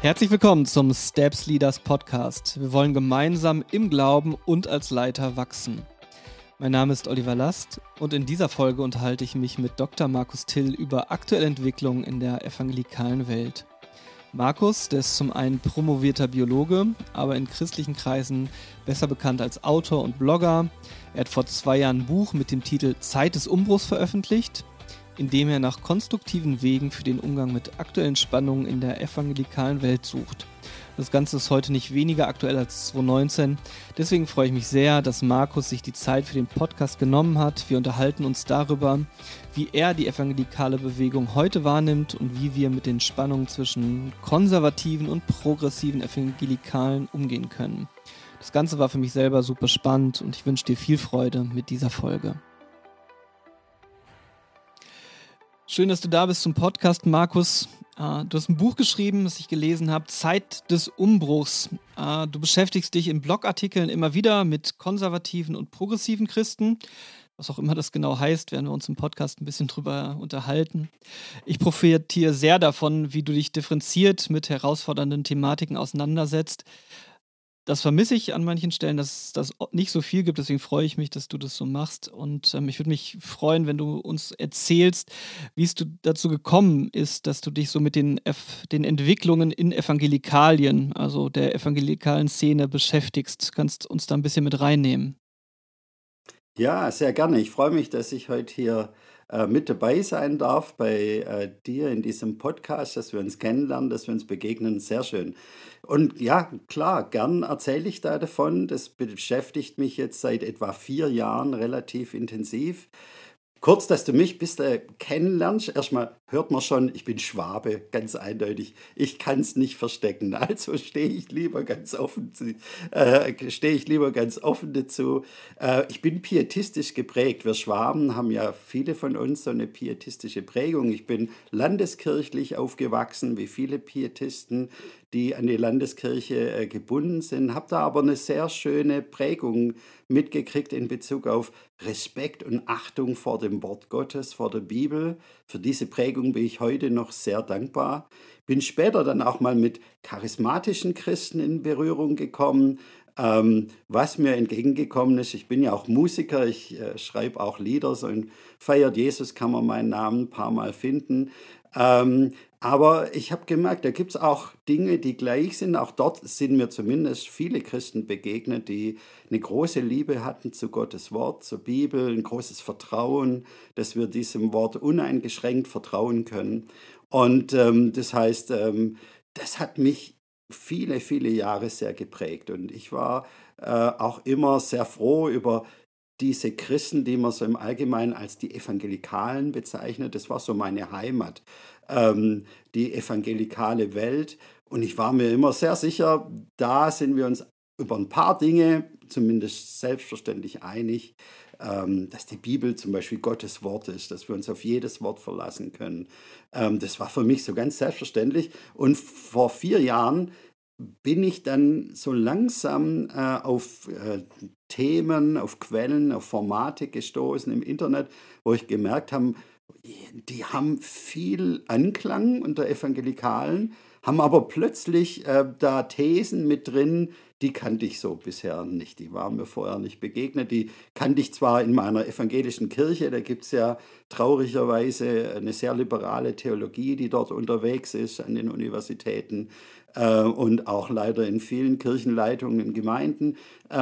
Herzlich willkommen zum Steps Leaders Podcast. Wir wollen gemeinsam im Glauben und als Leiter wachsen. Mein Name ist Oliver Last und in dieser Folge unterhalte ich mich mit Dr. Markus Till über aktuelle Entwicklungen in der evangelikalen Welt. Markus, der ist zum einen promovierter Biologe, aber in christlichen Kreisen besser bekannt als Autor und Blogger. Er hat vor 2 Jahren ein Buch mit dem Titel Zeit des Umbruchs veröffentlicht, in dem er nach konstruktiven Wegen für den Umgang mit aktuellen Spannungen in der evangelikalen Welt sucht. Das Ganze ist heute nicht weniger aktuell als 2019. Deswegen freue ich mich sehr, dass Markus sich die Zeit für den Podcast genommen hat. Wir unterhalten uns darüber, wie er die evangelikale Bewegung heute wahrnimmt und wie wir mit den Spannungen zwischen konservativen und progressiven Evangelikalen umgehen können. Das Ganze war für mich selber super spannend und ich wünsche dir viel Freude mit dieser Folge. Schön, dass du da bist zum Podcast, Markus. Du hast ein Buch geschrieben, das ich gelesen habe, Zeit des Umbruchs. Du beschäftigst dich in Blogartikeln immer wieder mit konservativen und progressiven Christen. Was auch immer das genau heißt, werden wir uns im Podcast ein bisschen drüber unterhalten. Ich profitiere sehr davon, wie du dich differenziert mit herausfordernden Thematiken auseinandersetzt. Das vermisse ich an manchen Stellen, dass es das nicht so viel gibt. Deswegen freue ich mich, dass du das so machst. Und ich würde mich freuen, wenn du uns erzählst, wie es dazu gekommen ist, dass du dich so mit den Entwicklungen in Evangelikalien, also der evangelikalen Szene, beschäftigst. Kannst uns da ein bisschen mit reinnehmen. Ja, sehr gerne. Ich freue mich, dass ich heute hier mit dabei sein darf bei dir in diesem Podcast, dass wir uns kennenlernen, dass wir uns begegnen. Sehr schön. Und ja, klar, gern erzähle ich da davon. Das beschäftigt mich jetzt seit etwa 4 Jahren relativ intensiv. Kurz, dass du mich ein bisschen kennenlernst. Erstmal hört man schon, ich bin Schwabe, ganz eindeutig. Ich kann es nicht verstecken. Also stehe ich lieber ganz offen dazu. Ich bin pietistisch geprägt. Wir Schwaben haben ja viele von uns so eine pietistische Prägung. Ich bin landeskirchlich aufgewachsen, wie viele Pietisten, die an die Landeskirche gebunden sind. Habe da aber eine sehr schöne Prägung mitgekriegt in Bezug auf Respekt und Achtung vor dem Wort Gottes, vor der Bibel. Für diese Prägung bin ich heute noch sehr dankbar. Bin später dann auch mal mit charismatischen Christen in Berührung gekommen. Was mir entgegengekommen ist, ich bin ja auch Musiker, ich schreibe auch Lieder, so in Feiert Jesus kann man meinen Namen ein paar Mal finden. Aber ich habe gemerkt, da gibt es auch Dinge, die gleich sind. Auch dort sind mir zumindest viele Christen begegnet, die eine große Liebe hatten zu Gottes Wort, zur Bibel, ein großes Vertrauen, dass wir diesem Wort uneingeschränkt vertrauen können. Und das heißt, das hat mich viele, viele Jahre sehr geprägt. Und ich war auch immer sehr froh über diese Christen, die man so im Allgemeinen als die Evangelikalen bezeichnet. Das war so meine Heimat, die evangelikale Welt. Und ich war mir immer sehr sicher, da sind wir uns über ein paar Dinge zumindest selbstverständlich einig, dass die Bibel zum Beispiel Gottes Wort ist, dass wir uns auf jedes Wort verlassen können. Das war für mich so ganz selbstverständlich. Und vor 4 Jahren bin ich dann so langsam auf Themen, auf Quellen, auf Formate gestoßen im Internet, wo ich gemerkt habe, die haben viel Anklang unter Evangelikalen, haben aber plötzlich da Thesen mit drin, die kannte ich so bisher nicht. Die waren mir vorher nicht begegnet. Die kannte ich zwar in meiner evangelischen Kirche, da gibt es ja traurigerweise eine sehr liberale Theologie, die dort unterwegs ist an den Universitäten und auch leider in vielen Kirchenleitungen, in Gemeinden.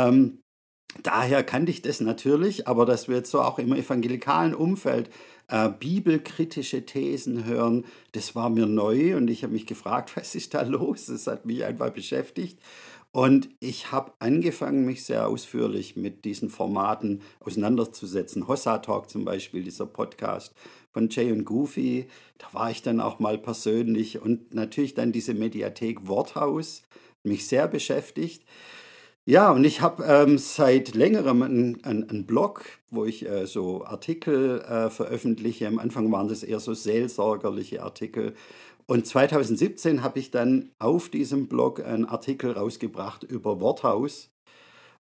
Daher kannte ich das natürlich, aber dass wir jetzt so auch im evangelikalen Umfeld bibelkritische Thesen hören, das war mir neu und ich habe mich gefragt, was ist da los? Das hat mich einfach beschäftigt. Und ich habe angefangen, mich sehr ausführlich mit diesen Formaten auseinanderzusetzen. Hossa Talk zum Beispiel, dieser Podcast von Jay und Goofy, da war ich dann auch mal persönlich und natürlich dann diese Mediathek Worthaus, mich sehr beschäftigt. Ja, und ich habe seit längerem einen Blog, wo ich so Artikel veröffentliche. Am Anfang waren das eher so seelsorgerliche Artikel. Und 2017 habe ich dann auf diesem Blog einen Artikel rausgebracht über Worthaus.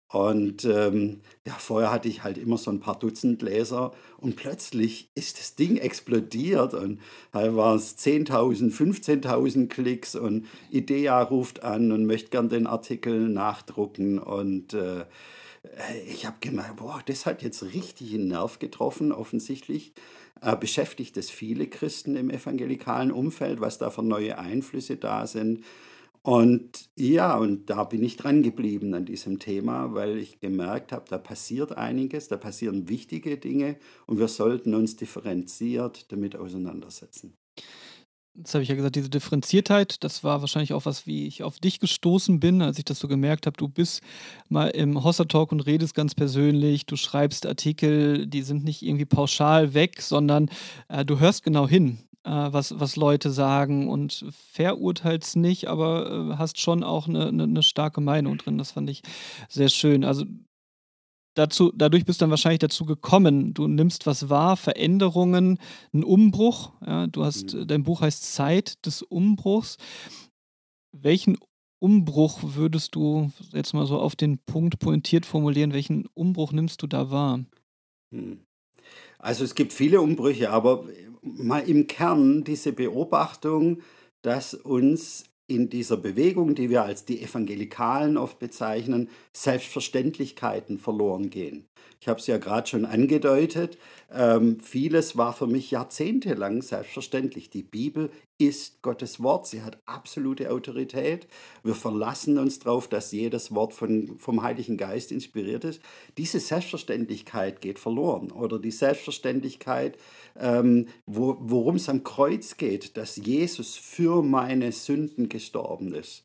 Und ja, vorher hatte ich halt immer so ein paar Dutzend Leser und plötzlich ist das Ding explodiert und da war es 10.000, 15.000 Klicks und IDEA ruft an und möchte gern den Artikel nachdrucken und ich habe gemerkt, boah, das hat jetzt richtig einen Nerv getroffen. Offensichtlich beschäftigt es viele Christen im evangelikalen Umfeld, was da für neue Einflüsse da sind. Und ja, und da bin ich dran geblieben an diesem Thema, weil ich gemerkt habe, da passiert einiges, da passieren wichtige Dinge und wir sollten uns differenziert damit auseinandersetzen. Jetzt habe ich ja gesagt, diese Differenziertheit, das war wahrscheinlich auch was, wie ich auf dich gestoßen bin, als ich das so gemerkt habe. Du bist mal im Hossa Talk und redest ganz persönlich. Du schreibst Artikel, die sind nicht irgendwie pauschal weg, sondern du hörst genau hin, was Leute sagen und verurteilst nicht, aber hast schon auch eine starke Meinung drin. Das fand ich sehr schön. Also dadurch bist du dann wahrscheinlich dazu gekommen, du nimmst was wahr, Veränderungen, 'n Umbruch, ja? Du hast Mhm. dein Buch heißt „Zeit des Umbruchs“. Welchen Umbruch würdest du jetzt mal so auf den Punkt pointiert formulieren, welchen Umbruch nimmst du da wahr? Mhm. Also es gibt viele Umbrüche, aber mal im Kern diese Beobachtung, dass uns in dieser Bewegung, die wir als die Evangelikalen oft bezeichnen, Selbstverständlichkeiten verloren gehen. Ich habe es ja gerade schon angedeutet, vieles war für mich jahrzehntelang selbstverständlich. Die Bibel ist Gottes Wort, sie hat absolute Autorität. Wir verlassen uns darauf, dass jedes Wort vom Heiligen Geist inspiriert ist. Diese Selbstverständlichkeit geht verloren oder die Selbstverständlichkeit, worum es am Kreuz geht, dass Jesus für meine Sünden gestorben ist,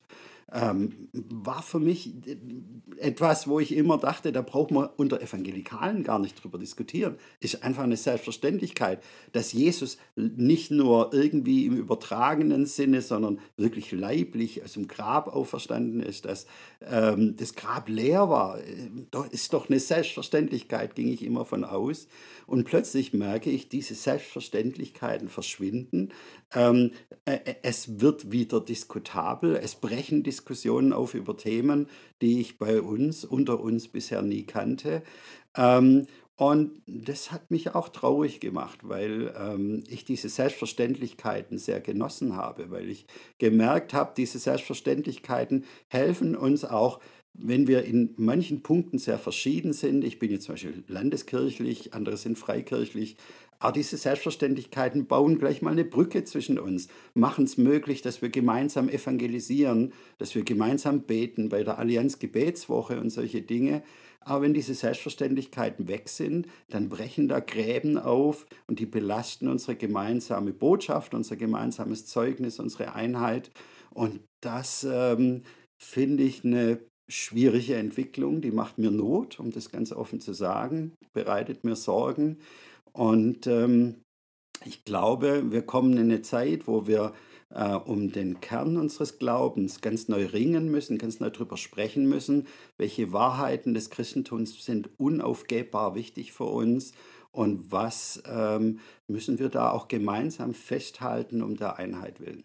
war für mich etwas, wo ich immer dachte, da braucht man unter Evangelikalen gar nicht drüber diskutieren. Ist einfach eine Selbstverständlichkeit, dass Jesus nicht nur irgendwie im übertragenen Sinne, sondern wirklich leiblich aus dem Grab auferstanden ist, dass das Grab leer war. Ist doch eine Selbstverständlichkeit, ging ich immer von aus. Und plötzlich merke ich, diese Selbstverständlichkeiten verschwinden. Ähm, Es wird wieder diskutabel. Es brechen Diskussionen auf über Themen, die ich bei uns, unter uns bisher nie kannte. Ähm, und das hat mich auch traurig gemacht, weil ich diese Selbstverständlichkeiten sehr genossen habe, weil ich gemerkt habe, diese Selbstverständlichkeiten helfen uns auch, wenn wir in manchen Punkten sehr verschieden sind. Ich bin jetzt zum Beispiel landeskirchlich, andere sind freikirchlich. Aber diese Selbstverständlichkeiten bauen gleich mal eine Brücke zwischen uns, machen es möglich, dass wir gemeinsam evangelisieren, dass wir gemeinsam beten bei der Allianz Gebetswoche und solche Dinge. Aber wenn diese Selbstverständlichkeiten weg sind, dann brechen da Gräben auf und die belasten unsere gemeinsame Botschaft, unser gemeinsames Zeugnis, unsere Einheit. Und das finde ich eine schwierige Entwicklung, die macht mir Not, um das ganz offen zu sagen, bereitet mir Sorgen. Und ich glaube, wir kommen in eine Zeit, wo wir um den Kern unseres Glaubens ganz neu ringen müssen, ganz neu drüber sprechen müssen, welche Wahrheiten des Christentums sind unaufgebbar wichtig für uns und was müssen wir da auch gemeinsam festhalten um der Einheit willen.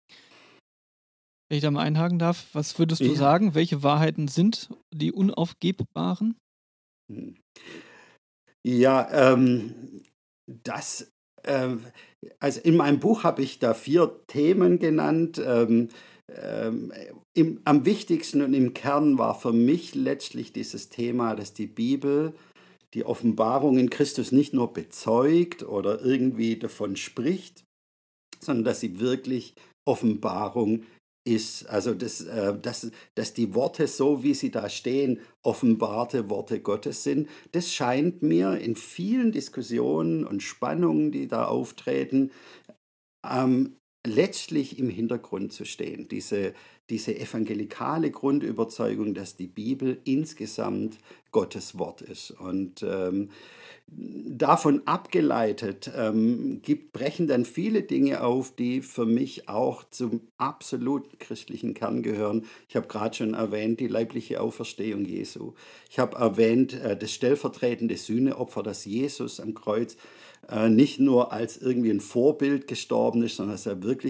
Wenn ich da mal einhaken darf, was würdest du Ja. sagen, welche Wahrheiten sind die unaufgebbaren? Hm. Ja, das, ähm, also in meinem Buch habe ich da 4 Themen genannt. Am wichtigsten und im Kern war für mich letztlich dieses Thema, dass die Bibel die Offenbarung in Christus nicht nur bezeugt oder irgendwie davon spricht, sondern dass sie wirklich Offenbarung ist. Also, dass die Worte, so wie sie da stehen, offenbarte Worte Gottes sind. Das scheint mir in vielen Diskussionen und Spannungen, die da auftreten, letztlich im Hintergrund zu stehen. Diese evangelikale Grundüberzeugung, dass die Bibel insgesamt Gottes Wort ist. Und davon abgeleitet brechen dann viele Dinge auf, die für mich auch zum absoluten christlichen Kern gehören. Ich habe gerade schon erwähnt, die leibliche Auferstehung Jesu. Ich habe erwähnt, das stellvertretende Sühneopfer, dass Jesus am Kreuz nicht nur als irgendwie ein Vorbild gestorben ist, sondern dass er wirklich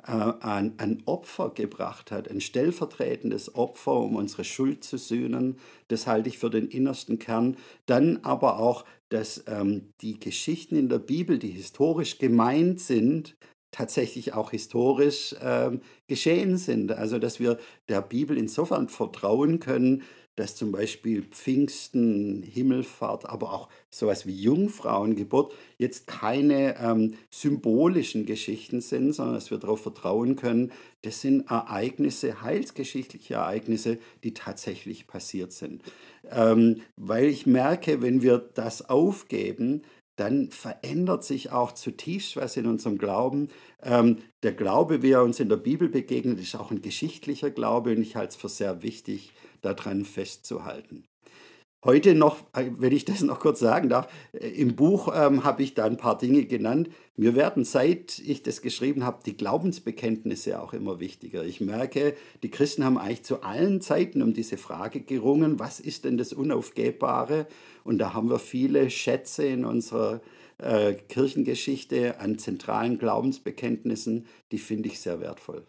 ein Opfer gebracht hat, ein stellvertretendes Opfer, um unsere Schuld zu sühnen. Das halte ich für den innersten Kern. Dann aber auch, dass die Geschichten in der Bibel, die historisch gemeint sind, tatsächlich auch historisch geschehen sind. Also dass wir der Bibel insofern vertrauen können, dass zum Beispiel Pfingsten, Himmelfahrt, aber auch sowas wie Jungfrauengeburt jetzt keine symbolischen Geschichten sind, sondern dass wir darauf vertrauen können, das sind Ereignisse, heilsgeschichtliche Ereignisse, die tatsächlich passiert sind. Weil ich merke, wenn wir das aufgeben, dann verändert sich auch zutiefst was in unserem Glauben. Der Glaube, wie er uns in der Bibel begegnet, ist auch ein geschichtlicher Glaube und ich halte es für sehr wichtig, daran festzuhalten. Heute noch, wenn ich das noch kurz sagen darf, im Buch habe ich da ein paar Dinge genannt. Mir werden, seit ich das geschrieben habe, die Glaubensbekenntnisse auch immer wichtiger. Ich merke, die Christen haben eigentlich zu allen Zeiten um diese Frage gerungen, was ist denn das Unaufgebbare? Und da haben wir viele Schätze in unserer Kirchengeschichte an zentralen Glaubensbekenntnissen, die finde ich sehr wertvoll.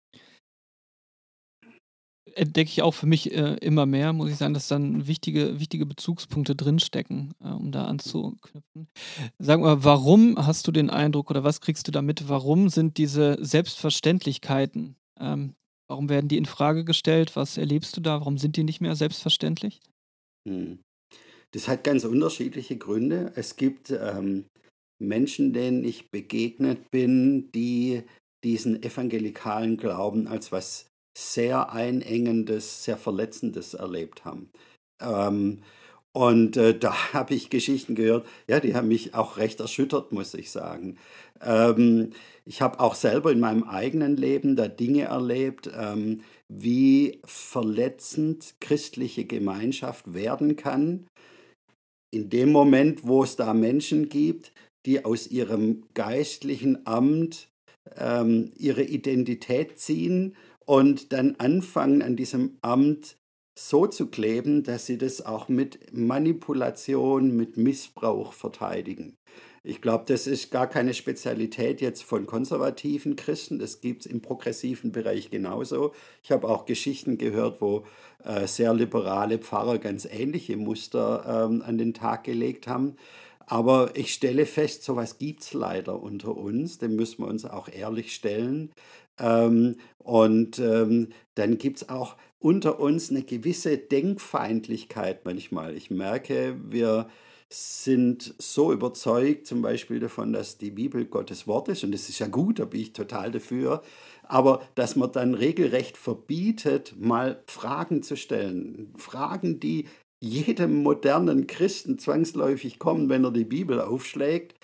Entdecke ich auch für mich immer mehr, muss ich sagen, dass dann wichtige Bezugspunkte drinstecken, um da anzuknüpfen. Sag mal, warum hast du den Eindruck oder was kriegst du damit? Warum sind diese Selbstverständlichkeiten, warum werden die in Frage gestellt? Was erlebst du da? Warum sind die nicht mehr selbstverständlich? Hm. Das hat ganz unterschiedliche Gründe. Es gibt Menschen, denen ich begegnet bin, die diesen evangelikalen Glauben als was sehr Einengendes, sehr Verletzendes erlebt haben. Ähm, da habe ich Geschichten gehört, ja, die haben mich auch recht erschüttert, muss ich sagen. Ähm, Ich habe auch selber in meinem eigenen Leben da Dinge erlebt, wie verletzend christliche Gemeinschaft werden kann in dem Moment, wo es da Menschen gibt, die aus ihrem geistlichen Amt ihre Identität ziehen und dann anfangen, an diesem Amt so zu kleben, dass sie das auch mit Manipulation, mit Missbrauch verteidigen. Ich glaube, das ist gar keine Spezialität jetzt von konservativen Christen, das gibt es im progressiven Bereich genauso. Ich habe auch Geschichten gehört, wo sehr liberale Pfarrer ganz ähnliche Muster an den Tag gelegt haben. Aber ich stelle fest, sowas gibt es leider unter uns, dem müssen wir uns auch ehrlich stellen. Dann gibt es auch unter uns eine gewisse Denkfeindlichkeit manchmal. Ich merke, wir sind so überzeugt zum Beispiel davon, dass die Bibel Gottes Wort ist, und das ist ja gut, da bin ich total dafür, aber dass man dann regelrecht verbietet, mal Fragen zu stellen. Fragen, die jedem modernen Christen zwangsläufig kommen, wenn er die Bibel aufschlägt.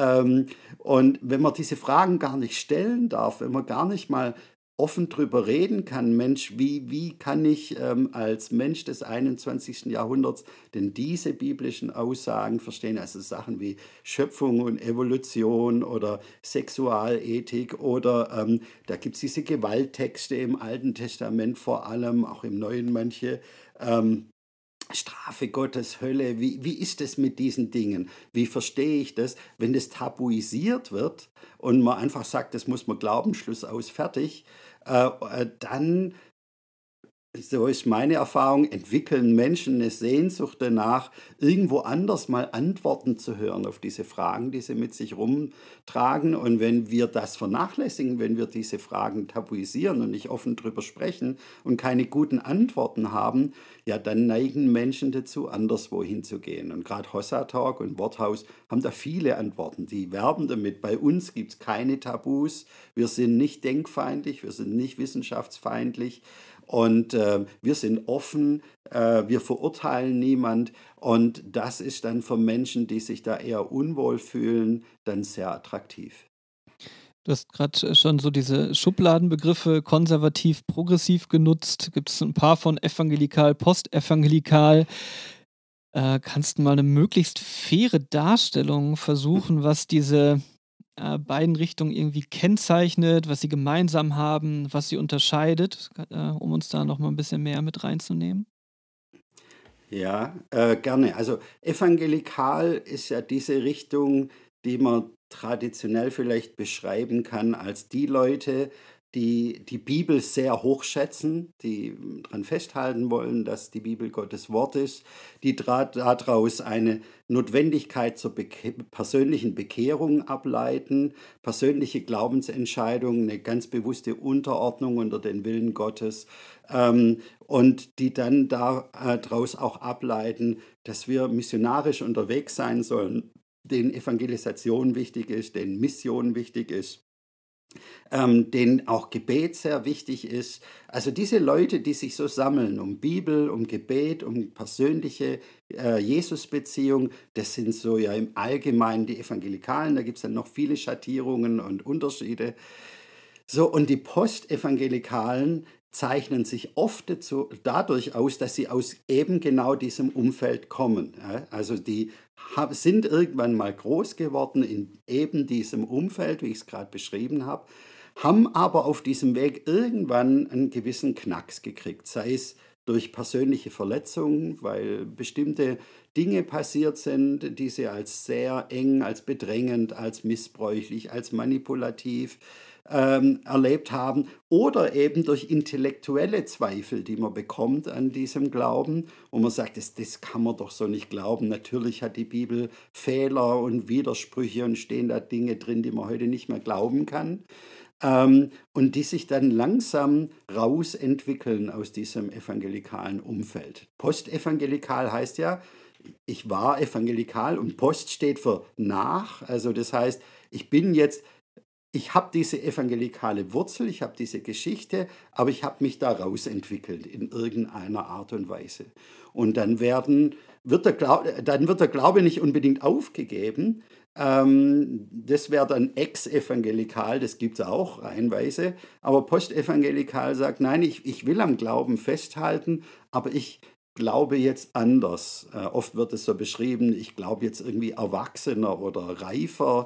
Und wenn man diese Fragen gar nicht stellen darf, wenn man gar nicht mal offen drüber reden kann, Mensch, wie kann ich als Mensch des 21. Jahrhunderts denn diese biblischen Aussagen verstehen? Also Sachen wie Schöpfung und Evolution oder Sexualethik oder da gibt es diese Gewalttexte im Alten Testament vor allem, auch im Neuen manche. Ähm, Strafe Gottes, Hölle, wie ist es mit diesen Dingen? Wie verstehe ich das, wenn das tabuisiert wird und man einfach sagt, das muss man glauben, Schluss aus, fertig, dann, so ist meine Erfahrung, entwickeln Menschen eine Sehnsucht danach, irgendwo anders mal Antworten zu hören auf diese Fragen, die sie mit sich rumtragen. Und wenn wir das vernachlässigen, wenn wir diese Fragen tabuisieren und nicht offen drüber sprechen und keine guten Antworten haben, ja, dann neigen Menschen dazu, anderswo hinzugehen. Und gerade Hossa Talk und Worthaus haben da viele Antworten. Die werben damit. Bei uns gibt es keine Tabus. Wir sind nicht denkfeindlich, wir sind nicht wissenschaftsfeindlich. Und wir sind offen, wir verurteilen niemand. Und das ist dann für Menschen, die sich da eher unwohl fühlen, dann sehr attraktiv. Du hast gerade schon so diese Schubladenbegriffe konservativ, progressiv genutzt. Gibt es ein paar von evangelikal, postevangelikal. Kannst du mal eine möglichst faire Darstellung versuchen, was diese, beiden Richtungen irgendwie kennzeichnet, was sie gemeinsam haben, was sie unterscheidet, um uns da noch mal 'n bisschen mehr mit reinzunehmen? Ja, gerne. Also evangelikal ist ja diese Richtung, die man traditionell vielleicht beschreiben kann als die Leute, die die Bibel sehr hoch schätzen, die daran festhalten wollen, dass die Bibel Gottes Wort ist, die daraus eine Notwendigkeit zur persönlichen Bekehrung ableiten, persönliche Glaubensentscheidungen, eine ganz bewusste Unterordnung unter den Willen Gottes, und die dann daraus auch ableiten, dass wir missionarisch unterwegs sein sollen, denen Evangelisation wichtig ist, denen Mission wichtig ist, denen auch Gebet sehr wichtig ist. Also diese Leute, die sich so sammeln um Bibel, um Gebet, um persönliche Jesusbeziehung, das sind so ja im Allgemeinen die Evangelikalen. Da gibt es dann noch viele Schattierungen und Unterschiede. So, und die Postevangelikalen zeichnen sich oft dadurch aus, dass sie aus eben genau diesem Umfeld kommen. Ja? Also die sind irgendwann mal groß geworden in eben diesem Umfeld, wie ich es gerade beschrieben habe, haben aber auf diesem Weg irgendwann einen gewissen Knacks gekriegt, sei es durch persönliche Verletzungen, weil bestimmte Dinge passiert sind, die sie als sehr eng, als bedrängend, als missbräuchlich, als manipulativ erlebt haben, oder eben durch intellektuelle Zweifel, die man bekommt an diesem Glauben, wo man sagt, das kann man doch so nicht glauben. Natürlich hat die Bibel Fehler und Widersprüche und stehen da Dinge drin, die man heute nicht mehr glauben kann. Und die sich dann langsam rausentwickeln aus diesem evangelikalen Umfeld. Postevangelikal heißt ja, ich war evangelikal, und Post steht für nach. Also das heißt, ich habe diese evangelikale Wurzel, ich habe diese Geschichte, aber ich habe mich da rausentwickelt in irgendeiner Art und Weise. Und dann wird der Glaube nicht unbedingt aufgegeben. Das wäre dann ex-evangelikal, das gibt es auch reihenweise. Aber postevangelikal sagt, nein, ich will am Glauben festhalten, aber ich glaube jetzt anders. Oft wird es so beschrieben, ich glaube jetzt irgendwie erwachsener oder reifer.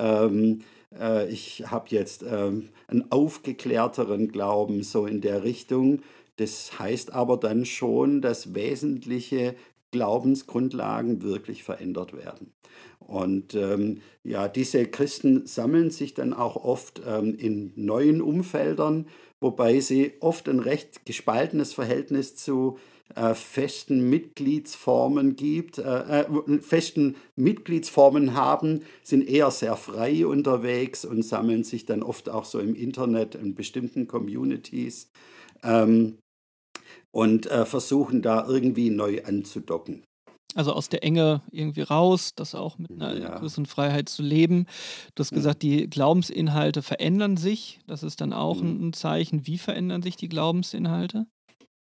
Ich habe jetzt einen aufgeklärteren Glauben, so in der Richtung. Das heißt aber dann schon, dass wesentliche Glaubensgrundlagen wirklich verändert werden. Und ja, diese Christen sammeln sich dann auch oft in neuen Umfeldern, wobei sie oft ein recht gespaltenes Verhältnis zu festen Mitgliedsformen haben, sind eher sehr frei unterwegs und sammeln sich dann oft auch so im Internet in bestimmten Communities, ähm, und versuchen da irgendwie neu anzudocken. Also aus der Enge irgendwie raus, das auch mit einer Ja, gewissen Freiheit zu leben. Du hast ja. gesagt, die Glaubensinhalte verändern sich. Das ist dann auch Hm. ein Zeichen. Wie verändern sich die Glaubensinhalte?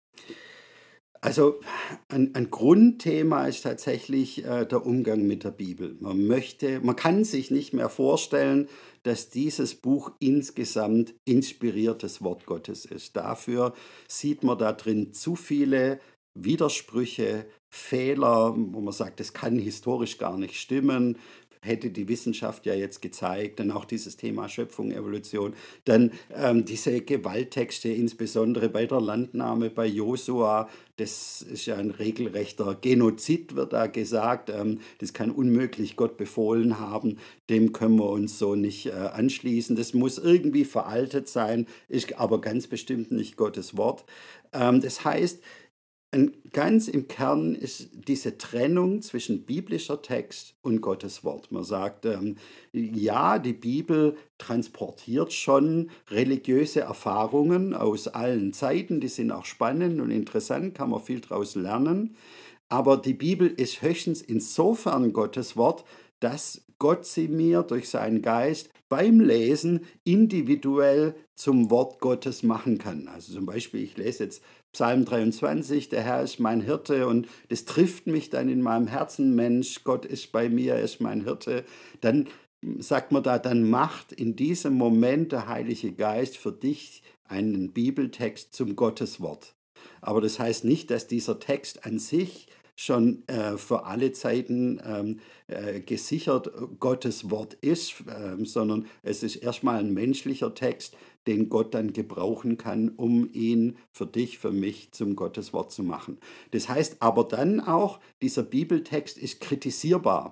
Also ein Grundthema ist tatsächlich der Umgang mit der Bibel. Man kann sich nicht mehr vorstellen, dass dieses Buch insgesamt inspiriertes Wort Gottes ist. Dafür sieht man da drin zu viele Widersprüche, Fehler, wo man sagt, das kann historisch gar nicht stimmen. Hätte die Wissenschaft ja jetzt gezeigt, dann auch dieses Thema Schöpfung, Evolution, dann diese Gewalttexte, insbesondere bei der Landnahme bei Josua, das ist ja ein regelrechter Genozid, wird da gesagt. Das kann unmöglich Gott befohlen haben. Dem können wir uns so nicht anschließen. Das muss irgendwie veraltet sein, ist aber ganz bestimmt nicht Gottes Wort. Das heißt, ganz im Kern ist diese Trennung zwischen biblischer Text und Gottes Wort. Man sagt, ja, die Bibel transportiert schon religiöse Erfahrungen aus allen Zeiten, die sind auch spannend und interessant, kann man viel daraus lernen. Aber die Bibel ist höchstens insofern Gottes Wort, dass Gott sie mir durch seinen Geist beim Lesen individuell zum Wort Gottes machen kann. Also zum Beispiel, ich lese jetzt Psalm 23, der Herr ist mein Hirte, und das trifft mich dann in meinem Herzen, Mensch, Gott ist bei mir, er ist mein Hirte. Dann sagt man da, dann macht in diesem Moment der Heilige Geist für dich einen Bibeltext zum Gotteswort. Aber das heißt nicht, dass dieser Text an sich schon für alle Zeiten gesichert Gottes Wort ist, sondern es ist erstmal ein menschlicher Text, den Gott dann gebrauchen kann, um ihn für dich, für mich zum Gotteswort zu machen. Das heißt aber dann auch, dieser Bibeltext ist kritisierbar.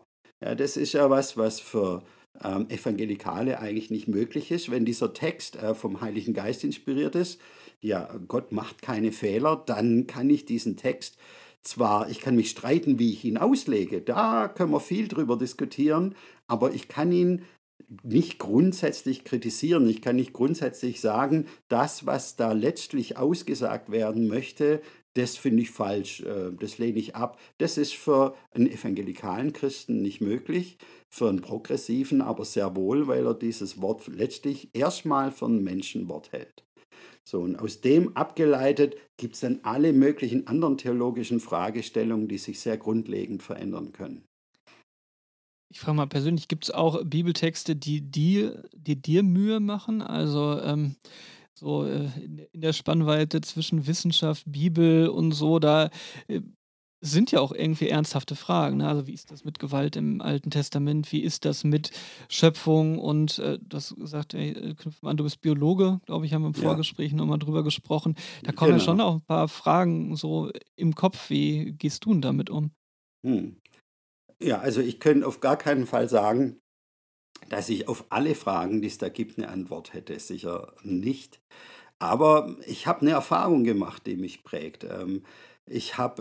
Ja, das ist ja was, was für Evangelikale eigentlich nicht möglich ist, wenn dieser Text vom Heiligen Geist inspiriert ist. Ja, Gott macht keine Fehler, dann kann ich diesen Text zwar, ich kann mich streiten, wie ich ihn auslege, da können wir viel drüber diskutieren, aber ich kann ihn nicht grundsätzlich kritisieren. Ich kann nicht grundsätzlich sagen, das, was da letztlich ausgesagt werden möchte, das finde ich falsch, das lehne ich ab. Das ist für einen evangelikalen Christen nicht möglich, für einen progressiven aber sehr wohl, weil er dieses Wort letztlich erstmal für ein Menschenwort hält. So, und aus dem abgeleitet gibt es dann alle möglichen anderen theologischen Fragestellungen, die sich sehr grundlegend verändern können. Ich frage mal persönlich, gibt es auch Bibeltexte, die dir Mühe machen? Also so in der Spannweite zwischen Wissenschaft, Bibel und so, da äh, sind ja auch irgendwie ernsthafte Fragen. Ne? Also wie ist das mit Gewalt im Alten Testament? Wie ist das mit Schöpfung? Und du hast gesagt, ey, knüpfen wir an, du bist Biologe, glaube ich, haben wir im Ja, Vorgespräch nochmal drüber gesprochen. Da kommen ja schon genau. auch ein paar Fragen so im Kopf. Wie gehst du denn damit um? Hm. Ja, also ich könnte auf gar keinen Fall sagen, dass ich auf alle Fragen, die es da gibt, eine Antwort hätte. Sicher nicht. Aber ich habe eine Erfahrung gemacht, die mich prägt. Ich habe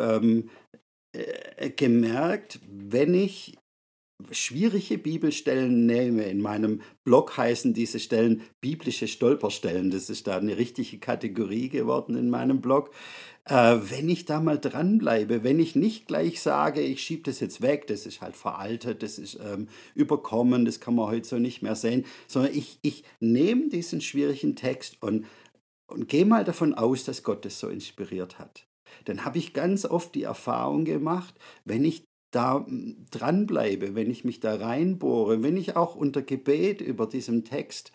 gemerkt, wenn ich schwierige Bibelstellen nehme, in meinem Blog heißen diese Stellen biblische Stolperstellen, das ist da eine richtige Kategorie geworden in meinem Blog. Wenn ich da mal dranbleibe, wenn ich nicht gleich sage, ich schiebe das jetzt weg, das ist halt veraltet, das ist überkommen, das kann man heute so nicht mehr sehen, sondern ich nehme diesen schwierigen Text und gehe mal davon aus, dass Gott das so inspiriert hat. Dann habe ich ganz oft die Erfahrung gemacht, wenn ich da dranbleibe, wenn ich mich da reinbohre, wenn ich auch unter Gebet über diesen Text,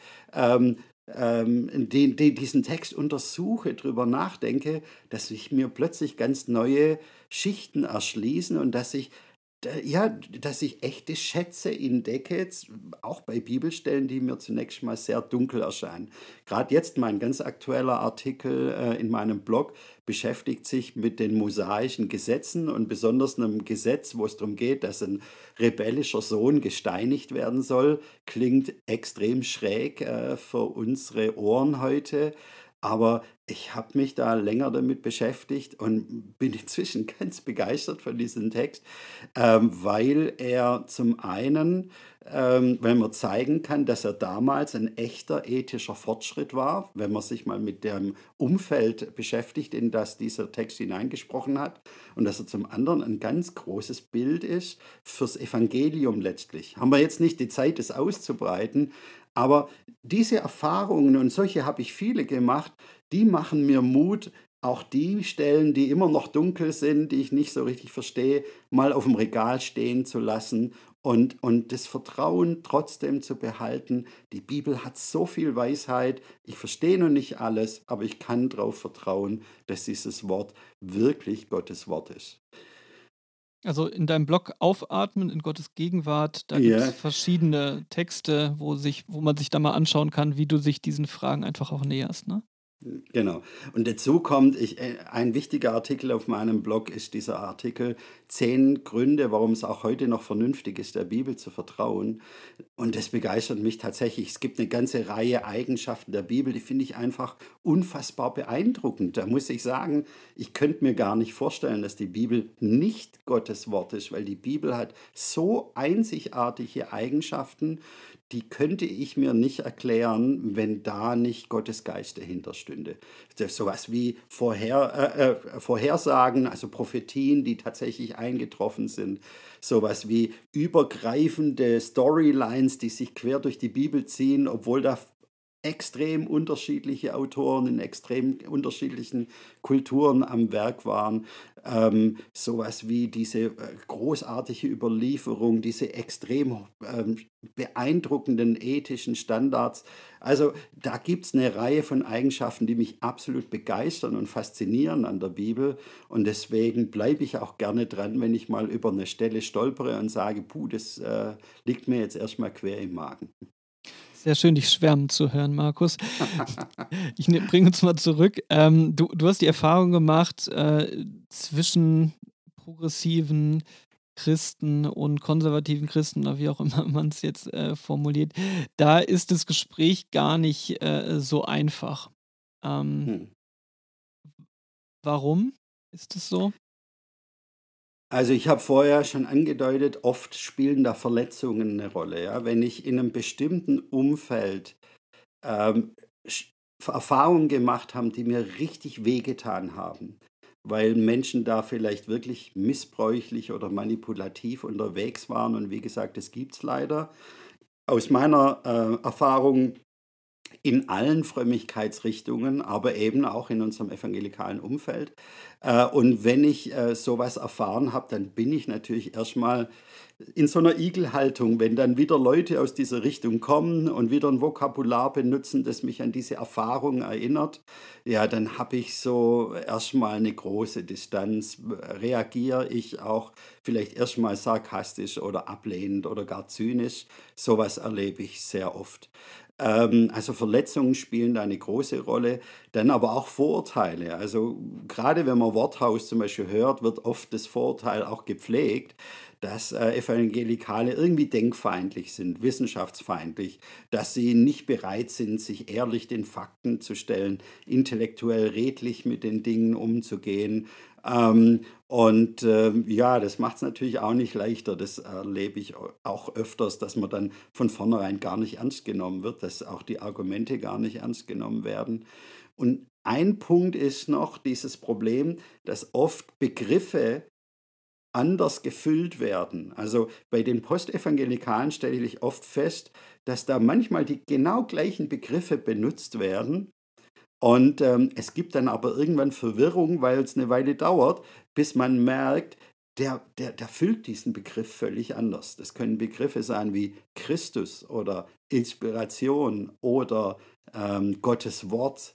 diesen Text untersuche, drüber nachdenke, dass sich mir plötzlich ganz neue Schichten erschließen und ja, dass ich echte Schätze entdecke, auch bei Bibelstellen, die mir zunächst mal sehr dunkel erscheinen. Gerade jetzt mein ganz aktueller Artikel in meinem Blog beschäftigt sich mit den mosaischen Gesetzen und besonders einem Gesetz, wo es darum geht, dass ein rebellischer Sohn gesteinigt werden soll. Klingt extrem schräg für unsere Ohren heute. Aber ich habe mich da länger damit beschäftigt und bin inzwischen ganz begeistert von diesem Text, weil er zum einen, weil man zeigen kann, dass er damals ein echter ethischer Fortschritt war, wenn man sich mal mit dem Umfeld beschäftigt, in das dieser Text hineingesprochen hat, und dass er zum anderen ein ganz großes Bild ist fürs Evangelium letztlich. Haben wir jetzt nicht die Zeit, das auszubreiten, aber diese Erfahrungen, und solche habe ich viele gemacht, die machen mir Mut, auch die Stellen, die immer noch dunkel sind, die ich nicht so richtig verstehe, mal auf dem Regal stehen zu lassen und das Vertrauen trotzdem zu behalten. Die Bibel hat so viel Weisheit. Ich verstehe noch nicht alles, aber ich kann darauf vertrauen, dass dieses Wort wirklich Gottes Wort ist. Also in deinem Blog Aufatmen in Gottes Gegenwart, da gibt es Ja, verschiedene Texte, wo man sich da mal anschauen kann, wie du sich diesen Fragen einfach auch näherst, ne? genau. Und dazu kommt, ein wichtiger Artikel auf meinem Blog ist dieser Artikel 10 Gründe, warum es auch heute noch vernünftig ist, der Bibel zu vertrauen. Und das begeistert mich tatsächlich. Es gibt eine ganze Reihe Eigenschaften der Bibel, die finde ich einfach unfassbar beeindruckend. Da muss ich sagen, ich könnte mir gar nicht vorstellen, dass die Bibel nicht Gottes Wort ist, weil die Bibel hat so einzigartige Eigenschaften, die könnte ich mir nicht erklären, wenn da nicht Gottes Geist dahinter stünde. Das ist sowas wie Vorhersagen, also Prophetien, die tatsächlich eingetroffen sind. Sowas wie übergreifende Storylines, die sich quer durch die Bibel ziehen, obwohl da extrem unterschiedliche Autoren in extrem unterschiedlichen Kulturen am Werk waren. Sowas wie diese großartige Überlieferung, diese extrem beeindruckenden ethischen Standards. Also da gibt es eine Reihe von Eigenschaften, die mich absolut begeistern und faszinieren an der Bibel. Und deswegen bleibe ich auch gerne dran, wenn ich mal über eine Stelle stolpere und sage, puh, das liegt mir jetzt erstmal quer im Magen. Sehr schön, dich schwärmen zu hören, Markus. Bringe uns mal zurück. Du hast die Erfahrung gemacht, zwischen progressiven Christen und konservativen Christen oder wie auch immer man es jetzt formuliert, da ist das Gespräch gar nicht so einfach. Ähm, Hm. warum ist es so? Also ich habe vorher schon angedeutet, oft spielen da Verletzungen eine Rolle. Ja? Wenn ich in einem bestimmten Umfeld ähm, Erfahrungen gemacht habe, die mir richtig wehgetan haben, weil Menschen da vielleicht wirklich missbräuchlich oder manipulativ unterwegs waren. Und wie gesagt, das gibt es leider. Aus meiner Erfahrung in allen Frömmigkeitsrichtungen, aber eben auch in unserem evangelikalen Umfeld. Und wenn ich so erfahren habe, dann bin ich natürlich erstmal in so einer Igelhaltung, wenn dann wieder Leute aus dieser Richtung kommen und wieder ein Vokabular benutzen, das mich an diese Erfahrung erinnert, ja, dann habe ich so erstmal eine große Distanz. Reagiere ich auch vielleicht erstmal sarkastisch oder ablehnend oder gar zynisch. Sowas erlebe ich sehr oft. Also Verletzungen spielen da eine große Rolle, dann aber auch Vorurteile. Also gerade wenn man Worthaus zum Beispiel hört, wird oft das Vorurteil auch gepflegt, dass Evangelikale irgendwie denkfeindlich sind, wissenschaftsfeindlich, dass sie nicht bereit sind, sich ehrlich den Fakten zu stellen, intellektuell redlich mit den Dingen umzugehen. Ja, das macht es natürlich auch nicht leichter. Das erlebe ich auch öfters, dass man dann von vornherein gar nicht ernst genommen wird, dass auch die Argumente gar nicht ernst genommen werden. Und ein Punkt ist noch dieses Problem, dass oft Begriffe anders gefüllt werden. Also bei den Postevangelikalen stelle ich oft fest, dass da manchmal die genau gleichen Begriffe benutzt werden, und es gibt dann aber irgendwann Verwirrung, weil es eine Weile dauert, bis man merkt, der füllt diesen Begriff völlig anders. Das können Begriffe sein wie Christus oder Inspiration oder Gottes Wort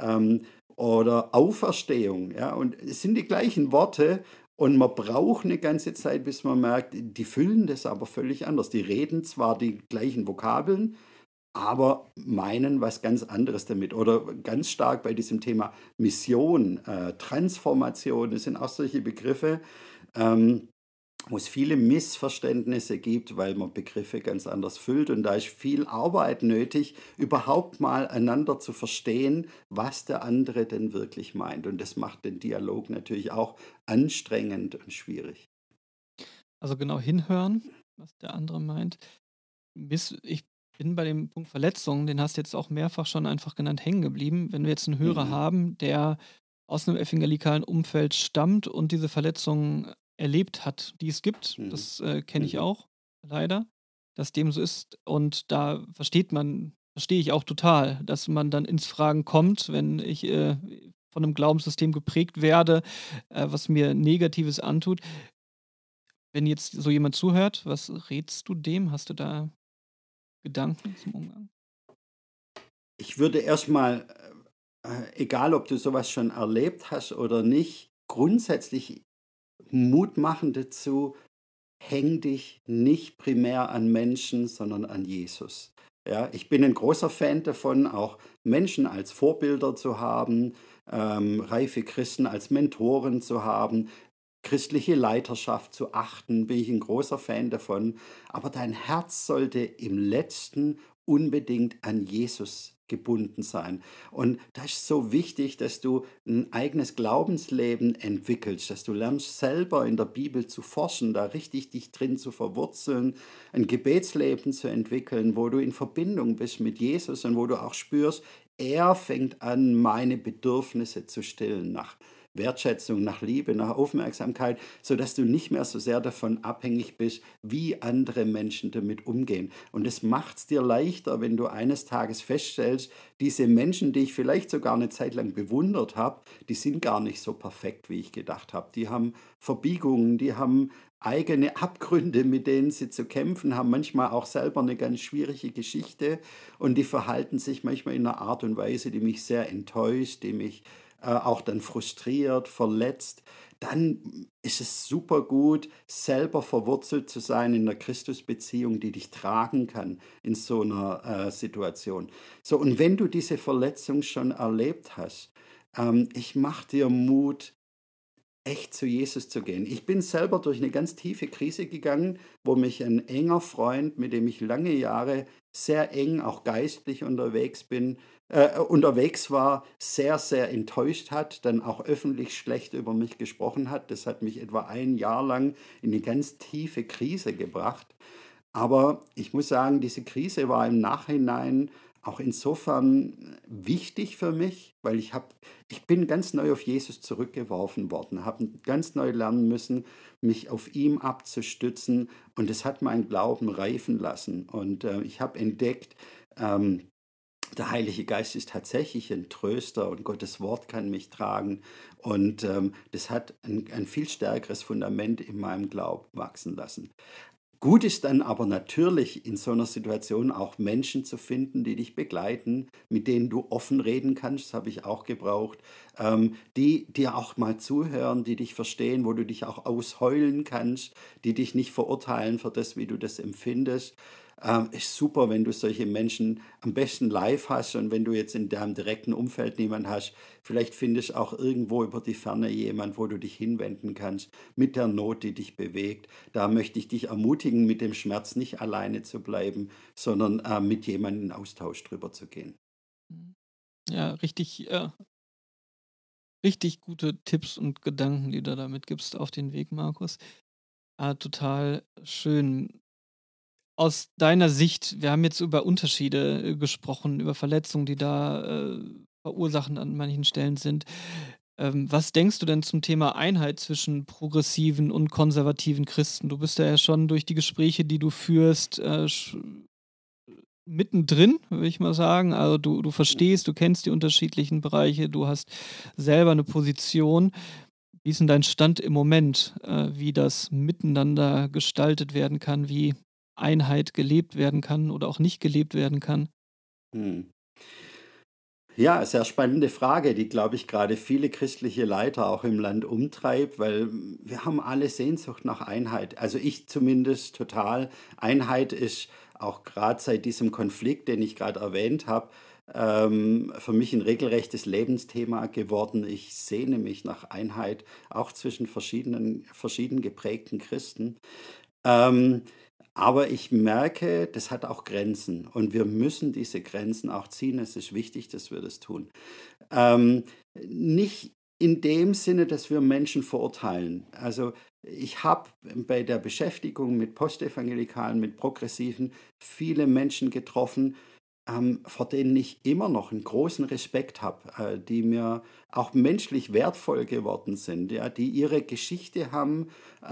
oder Auferstehung. Ja? Und es sind die gleichen Worte, und man braucht eine ganze Zeit, bis man merkt, die füllen das aber völlig anders. Die reden zwar die gleichen Vokabeln, aber meinen was ganz anderes damit. Oder ganz stark bei diesem Thema Mission, Transformation, das sind auch solche Begriffe, ähm, wo es viele Missverständnisse gibt, weil man Begriffe ganz anders füllt. Und da ist viel Arbeit nötig, überhaupt mal einander zu verstehen, was der andere denn wirklich meint. Und das macht den Dialog natürlich auch anstrengend und schwierig. Also genau hinhören, was der andere meint. Ich bin bei dem Punkt Verletzung, den hast du jetzt auch mehrfach schon einfach genannt, hängen geblieben. Wenn wir jetzt einen Hörer Mhm. haben, der aus einem evangelikalen Umfeld stammt und diese Verletzung erlebt hat, die es gibt, Mhm. das kenne ich Mhm. auch leider, dass dem so ist. Und da verstehe ich auch total, dass man dann ins Fragen kommt, wenn ich von einem Glaubenssystem geprägt werde, was mir Negatives antut. Wenn jetzt so jemand zuhört, was rätst du dem? Hast du da Gedanken zum Umgang? Ich würde erstmal, egal ob du sowas schon erlebt hast oder nicht, grundsätzlich Mut machen dazu: Häng dich nicht primär an Menschen, sondern an Jesus. Ja, ich bin ein großer Fan davon, auch Menschen als Vorbilder zu haben, reife Christen als Mentoren zu haben, christliche Leiterschaft zu achten, bin ich ein großer Fan davon. Aber dein Herz sollte im Letzten unbedingt an Jesus gebunden sein. Und das ist so wichtig, dass du ein eigenes Glaubensleben entwickelst, dass du lernst, selber in der Bibel zu forschen, da richtig dich drin zu verwurzeln, ein Gebetsleben zu entwickeln, wo du in Verbindung bist mit Jesus und wo du auch spürst, er fängt an, meine Bedürfnisse zu stillen nach Wertschätzung, nach Liebe, nach Aufmerksamkeit, sodass du nicht mehr so sehr davon abhängig bist, wie andere Menschen damit umgehen. Und es macht es dir leichter, wenn du eines Tages feststellst, diese Menschen, die ich vielleicht sogar eine Zeit lang bewundert habe, die sind gar nicht so perfekt, wie ich gedacht habe. Die haben Verbiegungen, die haben eigene Abgründe, mit denen sie zu kämpfen haben, manchmal auch selber eine ganz schwierige Geschichte, und die verhalten sich manchmal in einer Art und Weise, die mich sehr enttäuscht, die mich auch dann frustriert, verletzt. Dann ist es super gut, selber verwurzelt zu sein in einer Christusbeziehung, die dich tragen kann in so einer Situation. So, und wenn du diese Verletzung schon erlebt hast, ich mache dir Mut, echt zu Jesus zu gehen. Ich bin selber durch eine ganz tiefe Krise gegangen, wo mich ein enger Freund, mit dem ich lange Jahre sehr eng auch geistlich unterwegs war, sehr, sehr enttäuscht hat, dann auch öffentlich schlecht über mich gesprochen hat. Das hat mich etwa ein Jahr lang in eine ganz tiefe Krise gebracht. Aber ich muss sagen, diese Krise war im Nachhinein auch insofern wichtig für mich, weil ich bin ganz neu auf Jesus zurückgeworfen worden, habe ganz neu lernen müssen, mich auf ihm abzustützen, und es hat meinen Glauben reifen lassen. Und ich habe entdeckt, ähm, der Heilige Geist ist tatsächlich ein Tröster und Gottes Wort kann mich tragen. Und das hat ein viel stärkeres Fundament in meinem Glauben wachsen lassen. Gut ist dann aber natürlich in so einer Situation auch Menschen zu finden, die dich begleiten, mit denen du offen reden kannst, das habe ich auch gebraucht, die dir auch mal zuhören, die dich verstehen, wo du dich auch ausheulen kannst, die dich nicht verurteilen für das, wie du das empfindest. Ist super, wenn du solche Menschen am besten live hast, und wenn du jetzt in deinem direkten Umfeld niemanden hast, vielleicht findest du auch irgendwo über die Ferne jemand, wo du dich hinwenden kannst mit der Not, die dich bewegt. Da möchte ich dich ermutigen, mit dem Schmerz nicht alleine zu bleiben, sondern mit jemandem in Austausch drüber zu gehen. Mhm. Ja, richtig gute Tipps und Gedanken, die du da mitgibst auf den Weg, Markus. Total schön. Aus deiner Sicht, wir haben jetzt über Unterschiede, gesprochen, über Verletzungen, die da, verursachen an manchen Stellen sind. Was denkst du denn zum Thema Einheit zwischen progressiven und konservativen Christen? Du bist ja schon durch die Gespräche, die du führst, mittendrin, würde ich mal sagen. Also, du Mhm. verstehst, du kennst die unterschiedlichen Bereiche, du hast selber eine Position. Wie ist denn dein Stand im Moment, wie das miteinander gestaltet werden kann, wie Einheit gelebt werden kann oder auch nicht gelebt werden kann? Hm. Ja, sehr spannende Frage, die, glaube ich, gerade viele christliche Leiter auch im Land umtreibt, weil wir haben alle Sehnsucht nach Einheit. Also ich zumindest total. Einheit ist auch gerade seit diesem Konflikt, den ich gerade erwähnt habe, für mich ein regelrechtes Lebensthema geworden. Ich sehne mich nach Einheit, auch zwischen verschieden geprägten Christen. Ähm, aber ich merke, das hat auch Grenzen, und wir müssen diese Grenzen auch ziehen. Es ist wichtig, dass wir das tun. Ähm, Nicht in dem Sinne, dass wir Menschen verurteilen. Also ich habe bei der Beschäftigung mit Postevangelikalen, mit Progressiven viele Menschen getroffen, vor denen ich immer noch einen großen Respekt habe, die mir auch menschlich wertvoll geworden sind, ja, die ihre Geschichte haben,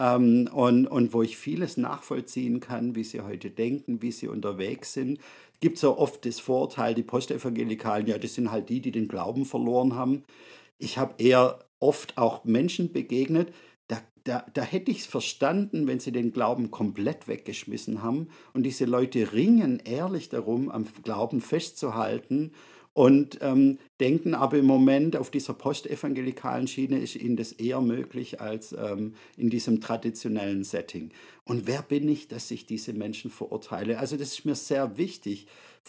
und wo ich vieles nachvollziehen kann, wie sie heute denken, wie sie unterwegs sind. Gibt so oft das Vorurteil, die Postevangelikalen, ja, das sind halt die, die den Glauben verloren haben. Ich habe eher oft auch Menschen begegnet, da hätte ich es verstanden, wenn sie den Glauben komplett weggeschmissen haben, und diese Leute ringen ehrlich darum, am Glauben festzuhalten, und denken aber im Moment, auf dieser postevangelikalen Schiene ist ihnen das eher möglich als in diesem traditionellen Setting. Und wer bin ich, dass ich diese Menschen verurteile? Also das ist mir sehr wichtig,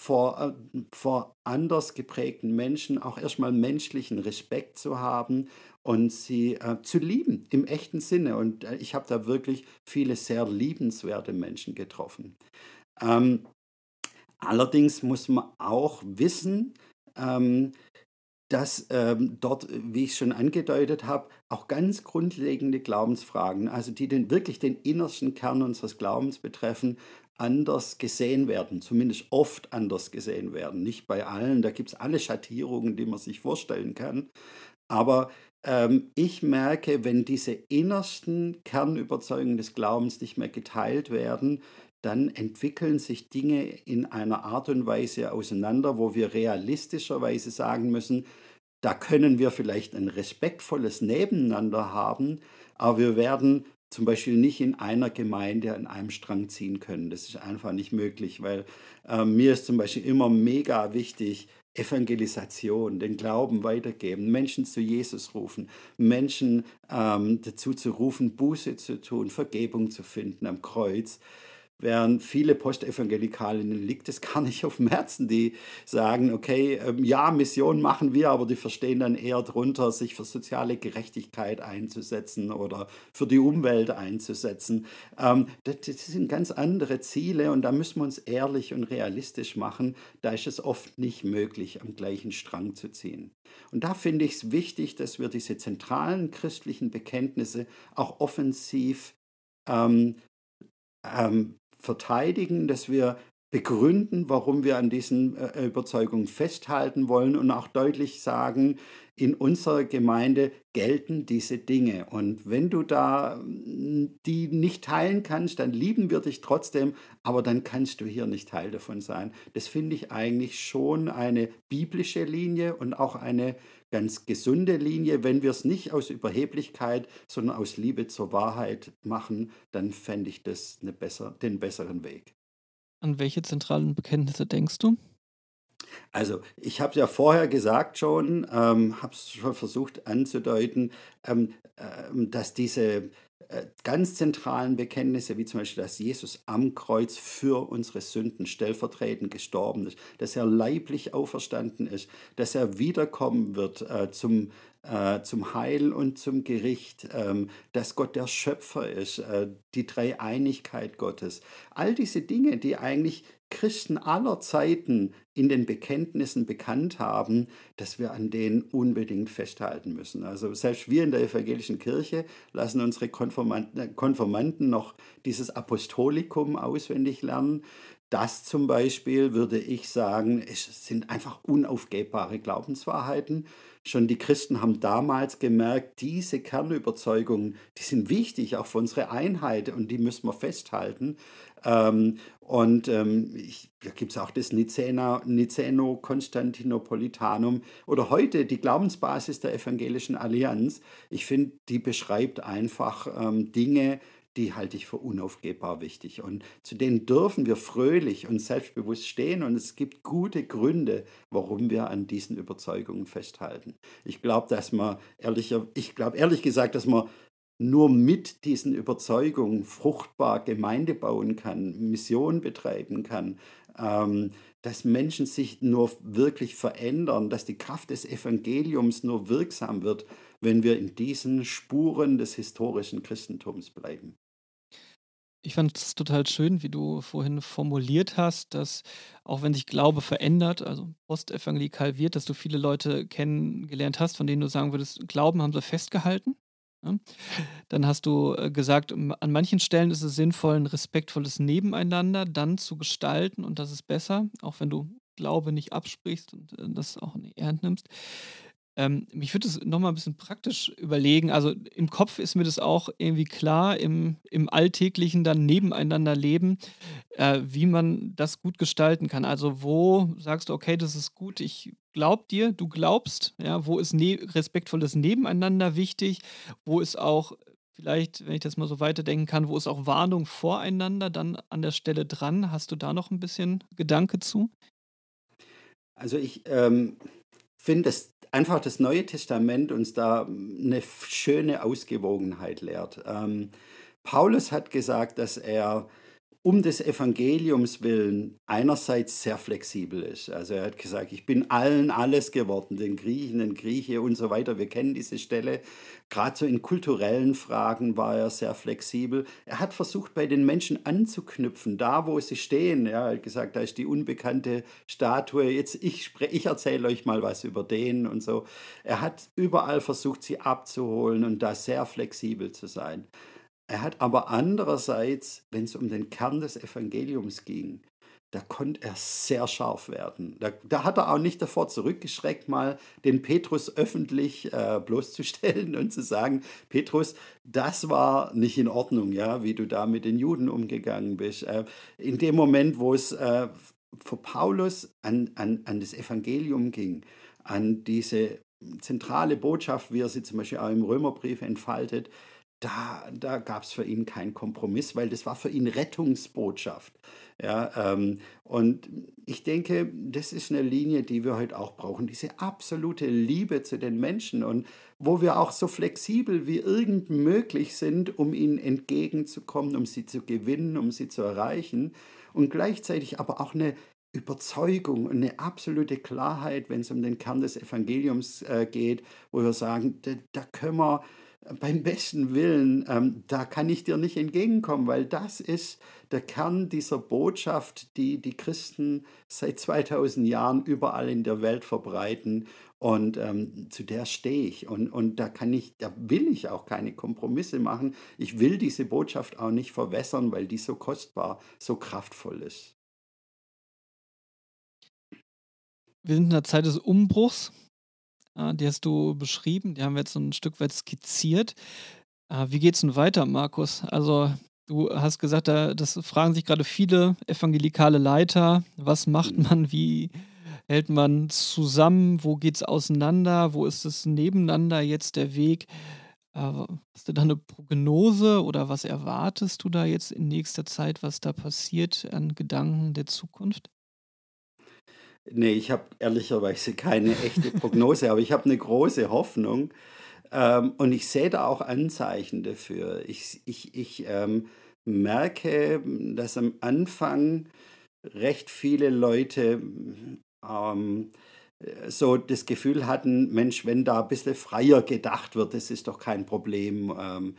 vor anders geprägten Menschen auch erstmal menschlichen Respekt zu haben und sie zu lieben im echten Sinne. Und ich habe da wirklich viele sehr liebenswerte Menschen getroffen. Ähm, Allerdings muss man auch wissen, ähm, dass dort, wie ich schon angedeutet habe, auch ganz grundlegende Glaubensfragen, also die wirklich den innersten Kern unseres Glaubens betreffen, anders gesehen werden, zumindest oft anders gesehen werden. Nicht bei allen, da gibt es alle Schattierungen, die man sich vorstellen kann. Aber ich merke, wenn diese innersten Kernüberzeugungen des Glaubens nicht mehr geteilt werden, dann entwickeln sich Dinge in einer Art und Weise auseinander, wo wir realistischerweise sagen müssen, da können wir vielleicht ein respektvolles Nebeneinander haben, aber wir werden zum Beispiel nicht in einer Gemeinde an einem Strang ziehen können. Das ist einfach nicht möglich, weil mir ist zum Beispiel immer mega wichtig, Evangelisation, den Glauben weitergeben, Menschen zu Jesus rufen, Menschen dazu zu rufen, Buße zu tun, Vergebung zu finden am Kreuz. während viele Postevangelikalen liegt es gar nicht auf dem Herzen. Die sagen, okay, ja, Mission machen wir, aber die verstehen dann eher darunter, sich für soziale Gerechtigkeit einzusetzen oder für die Umwelt einzusetzen. Das sind ganz andere Ziele und da müssen wir uns ehrlich und realistisch machen. Da ist es oft nicht möglich, am gleichen Strang zu ziehen. Und da finde ich es wichtig, dass wir diese zentralen christlichen Bekenntnisse auch offensiv ähm, verteidigen, dass wir begründen, warum wir an diesen Überzeugungen festhalten wollen und auch deutlich sagen, in unserer Gemeinde gelten diese Dinge. Und wenn du da die nicht teilen kannst, dann lieben wir dich trotzdem, aber dann kannst du hier nicht Teil davon sein. Das finde ich eigentlich schon eine biblische Linie und auch eine ganz gesunde Linie. Wenn wir es nicht aus Überheblichkeit, sondern aus Liebe zur Wahrheit machen, dann fände ich das den besseren Weg. An welche zentralen Bekenntnisse denkst du? Also, ich habe es ja vorher gesagt schon, habe es schon versucht anzudeuten, dass diese ganz zentralen Bekenntnisse, wie zum Beispiel, dass Jesus am Kreuz für unsere Sünden stellvertretend gestorben ist, dass er leiblich auferstanden ist, dass er wiederkommen wird zum Heil und zum Gericht, dass Gott der Schöpfer ist, die Dreieinigkeit Gottes. All diese Dinge, die eigentlich Christen aller Zeiten in den Bekenntnissen bekannt haben, dass wir an denen unbedingt festhalten müssen. Also selbst wir in der evangelischen Kirche lassen unsere Konformanten noch dieses Apostolikum auswendig lernen. Das zum Beispiel, würde ich sagen, es sind einfach unaufgebbare Glaubenswahrheiten. Schon die Christen haben damals gemerkt, diese Kernüberzeugungen, die sind wichtig, auch für unsere Einheit und die müssen wir festhalten. Da gibt es auch das Nicäno-Konstantinopolitanum oder heute die Glaubensbasis der Evangelischen Allianz. Ich finde, die beschreibt einfach Dinge, die halte ich für unaufgebbar wichtig. Und zu denen dürfen wir fröhlich und selbstbewusst stehen. Und es gibt gute Gründe, warum wir an diesen Überzeugungen festhalten. Ich glaube ehrlich gesagt, dass man nur mit diesen Überzeugungen fruchtbar Gemeinde bauen kann, Mission betreiben kann, dass Menschen sich nur wirklich verändern, dass die Kraft des Evangeliums nur wirksam wird, wenn wir in diesen Spuren des historischen Christentums bleiben. Ich fand es total schön, wie du vorhin formuliert hast, dass auch wenn sich Glaube verändert, also postevangelikal wird, dass du viele Leute kennengelernt hast, von denen du sagen würdest, Glauben haben sie festgehalten. Ja? Dann hast du gesagt, an manchen Stellen ist es sinnvoll, ein respektvolles Nebeneinander dann zu gestalten und das ist besser, auch wenn du Glaube nicht absprichst und das auch in die Hand nimmst. Mich würde es noch mal 'n bisschen praktisch überlegen. Also, im Kopf ist mir das auch irgendwie klar, im alltäglichen dann nebeneinander leben, wie man das gut gestalten kann. Also, wo sagst du: „Okay, das ist gut, ich glaube dir, du glaubst“, ja? Wo ist respektvolles Nebeneinander wichtig? Wo ist auch vielleicht, wenn ich das mal so weiterdenken kann, wo ist auch Warnung voreinander dann an der Stelle dran? Hast du da noch ein bisschen Gedanke zu? Also ich finde, dass einfach das Neue Testament uns da eine schöne Ausgewogenheit lehrt. Paulus hat gesagt, dass er um des Evangeliums willen einerseits sehr flexibel ist. Also er hat gesagt, ich bin allen alles geworden, den Griechen, den Grieche und so weiter. Wir kennen diese Stelle. Gerade so in kulturellen Fragen war er sehr flexibel. Er hat versucht, bei den Menschen anzuknüpfen, da wo sie stehen. Ja, er hat gesagt, da ist die unbekannte Statue. Ich erzähle euch mal was über den und so. Er hat überall versucht, sie abzuholen und da sehr flexibel zu sein. Er hat aber andererseits, wenn es um den Kern des Evangeliums ging, da konnte er sehr scharf werden. Da hat er auch nicht davor zurückgeschreckt, mal den Petrus öffentlich bloßzustellen und zu sagen, Petrus, das war nicht in Ordnung, ja, wie du da mit den Juden umgegangen bist. In dem Moment, wo es für Paulus an das Evangelium ging, an diese zentrale Botschaft, wie er sie zum Beispiel auch im Römerbrief entfaltet, da gab es für ihn keinen Kompromiss, weil das war für ihn Rettungsbotschaft. Ja, und ich denke, das ist eine Linie, die wir heute auch brauchen, diese absolute Liebe zu den Menschen und wo wir auch so flexibel wie irgend möglich sind, um ihnen entgegenzukommen, um sie zu gewinnen, um sie zu erreichen und gleichzeitig aber auch eine Überzeugung und eine absolute Klarheit, wenn es um den Kern des Evangeliums geht, wo wir sagen, da können wir beim besten Willen, da kann ich dir nicht entgegenkommen, weil das ist der Kern dieser Botschaft, die die Christen seit 2000 Jahren überall in der Welt verbreiten. Und zu der stehe ich. Und da will ich auch keine Kompromisse machen. Ich will diese Botschaft auch nicht verwässern, weil die so kostbar, so kraftvoll ist. Wir sind in der Zeit des Umbruchs. Die hast du beschrieben, die haben wir jetzt so ein Stück weit skizziert. Wie geht's denn weiter, Markus? Also, du hast gesagt, das fragen sich gerade viele evangelikale Leiter. Was macht Mhm. man? Wie hält man zusammen? Wo geht's auseinander? Wo ist es nebeneinander jetzt der Weg? Hast du da eine Prognose oder was erwartest du da jetzt in nächster Zeit, was da passiert an Gedanken der Zukunft? Nee, ich habe ehrlicherweise keine echte Prognose, aber ich habe eine große Hoffnung. Und ich sehe da auch Anzeichen dafür. Ich merke, dass am Anfang recht viele Leute ähm, so das Gefühl hatten, Mensch, wenn da ein bisschen freier gedacht wird, das ist doch kein Problem.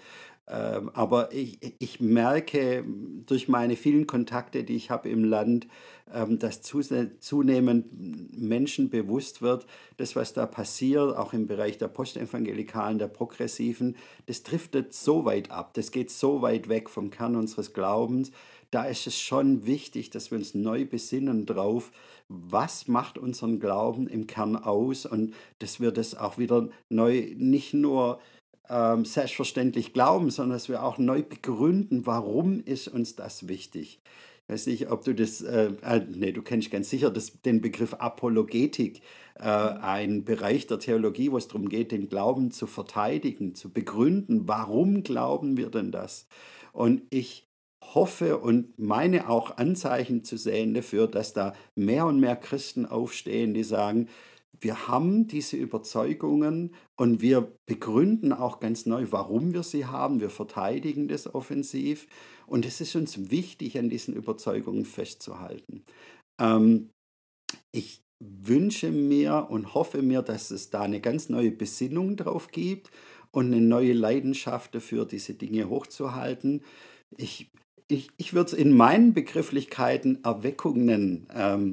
Aber ich merke durch meine vielen Kontakte, die ich habe im Land, dass zunehmend Menschen bewusst wird, das, was da passiert, auch im Bereich der Postevangelikalen, der Progressiven, das driftet so weit ab, das geht so weit weg vom Kern unseres Glaubens. Da ist es schon wichtig, dass wir uns neu besinnen drauf, was macht unseren Glauben im Kern aus und dass wir das auch wieder neu nicht nur selbstverständlich glauben, sondern dass wir auch neu begründen, warum ist uns das wichtig. Ich weiß nicht, ob du das, nee, du kennst ganz sicher den Begriff Apologetik, ein Bereich der Theologie, wo es darum geht, den Glauben zu verteidigen, zu begründen, warum glauben wir denn das? Und ich hoffe und meine auch Anzeichen zu sehen dafür, dass da mehr und mehr Christen aufstehen, die sagen, wir haben diese Überzeugungen und wir begründen auch ganz neu, warum wir sie haben. Wir verteidigen das offensiv. Und es ist uns wichtig, an diesen Überzeugungen festzuhalten. Ähm, Ich wünsche mir und hoffe mir, dass es da eine ganz neue Besinnung drauf gibt und eine neue Leidenschaft dafür, diese Dinge hochzuhalten. Ich, ich würde es in meinen Begrifflichkeiten Erweckung nennen,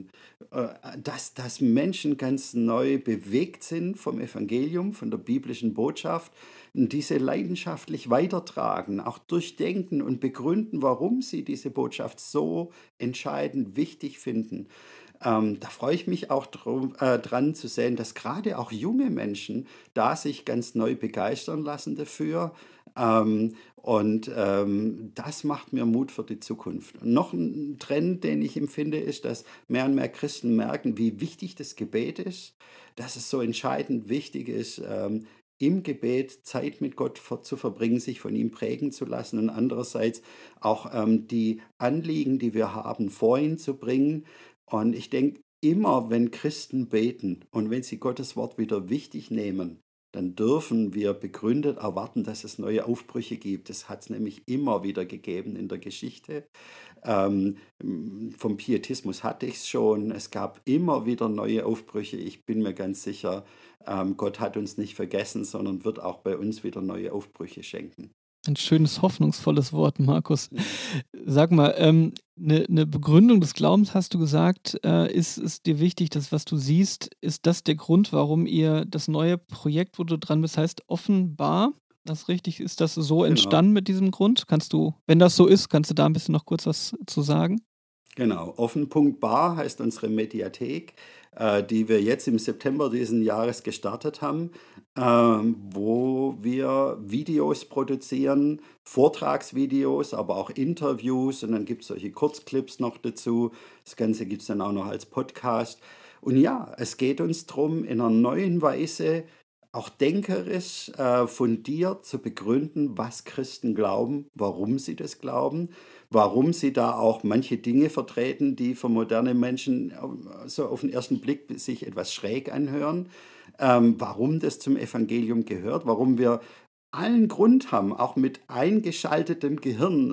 dass Menschen ganz neu bewegt sind vom Evangelium, von der biblischen Botschaft und diese leidenschaftlich weitertragen, auch durchdenken und begründen, warum sie diese Botschaft so entscheidend wichtig finden. Da freue ich mich auch dran zu sehen, dass gerade auch junge Menschen da sich ganz neu begeistern lassen dafür. Das macht mir Mut für die Zukunft. Und noch ein Trend, den ich empfinde, ist, dass mehr und mehr Christen merken, wie wichtig das Gebet ist, dass es so entscheidend wichtig ist, im Gebet Zeit mit Gott zu verbringen, sich von ihm prägen zu lassen und andererseits auch die Anliegen, die wir haben, vor ihn zu bringen. Und ich denke, immer wenn Christen beten und wenn sie Gottes Wort wieder wichtig nehmen, dann dürfen wir begründet erwarten, dass es neue Aufbrüche gibt. Das hat es nämlich immer wieder gegeben in der Geschichte. Vom Pietismus hatte ich es schon. Es gab immer wieder neue Aufbrüche. Ich bin mir ganz sicher, Gott hat uns nicht vergessen, sondern wird auch bei uns wieder neue Aufbrüche schenken. Ein schönes, hoffnungsvolles Wort, Markus. Mhm. Sag mal, 'ne Begründung des Glaubens hast du gesagt, ist dir wichtig, das, was du siehst, ist das der Grund, warum ihr das neue Projekt, wo du dran bist, heißt offenbar? Das richtig? Ist das so Genau. entstanden mit diesem Grund? Kannst du, wenn das so ist, kannst du da ein bisschen noch kurz was zu sagen? Genau, offen.bar heißt unsere Mediathek, die wir jetzt im September diesen Jahres gestartet haben, wo wir Videos produzieren, Vortragsvideos, aber auch Interviews und dann gibt es solche Kurzclips noch dazu. Das Ganze gibt es dann auch noch als Podcast. Und ja, es geht uns darum, in einer neuen Weise auch denkerisch fundiert zu begründen, was Christen glauben, warum sie das glauben, warum sie da auch manche Dinge vertreten, die für moderne Menschen so auf den ersten Blick sich etwas schräg anhören, warum das zum Evangelium gehört, warum wir allen Grund haben, auch mit eingeschaltetem Gehirn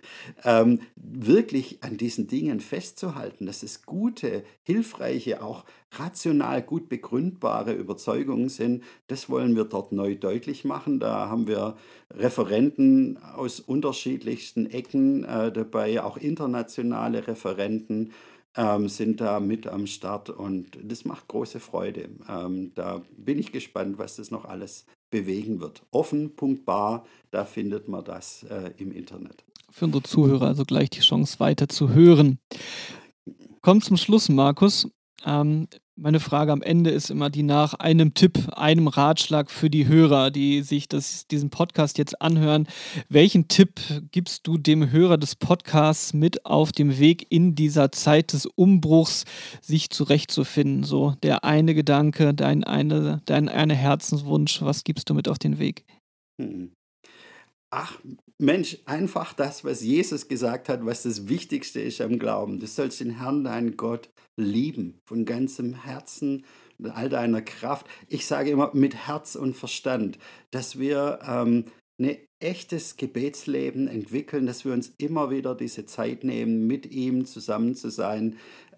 wirklich an diesen Dingen festzuhalten, dass es gute, hilfreiche, auch rational gut begründbare Überzeugungen sind. Das wollen wir dort neu deutlich machen. Da haben wir Referenten aus unterschiedlichsten Ecken dabei, auch internationale Referenten sind da mit am Start und das macht große Freude. Da bin ich gespannt, was das noch alles bewegen wird. Offen.bar, da findet man das im Internet. Für unsere Zuhörer also gleich die Chance weiter zu hören. Kommt zum Schluss, Markus. Meine Frage am Ende ist immer die nach einem Tipp, einem Ratschlag für die Hörer, die sich diesen Podcast jetzt anhören. Welchen Tipp gibst du dem Hörer des Podcasts mit auf dem Weg in dieser Zeit des Umbruchs, sich zurechtzufinden? So der eine Gedanke, dein eine Herzenswunsch, was gibst du mit auf den Weg? Hm. Ach Mensch, einfach das, was Jesus gesagt hat, was das Wichtigste ist am Glauben. Du sollst den Herrn, deinen Gott, lieben, von ganzem Herzen, mit all deiner Kraft. Ich sage immer mit Herz und Verstand, dass wir ein echtes Gebetsleben entwickeln, dass wir uns immer wieder diese Zeit nehmen, mit ihm zusammen zu sein.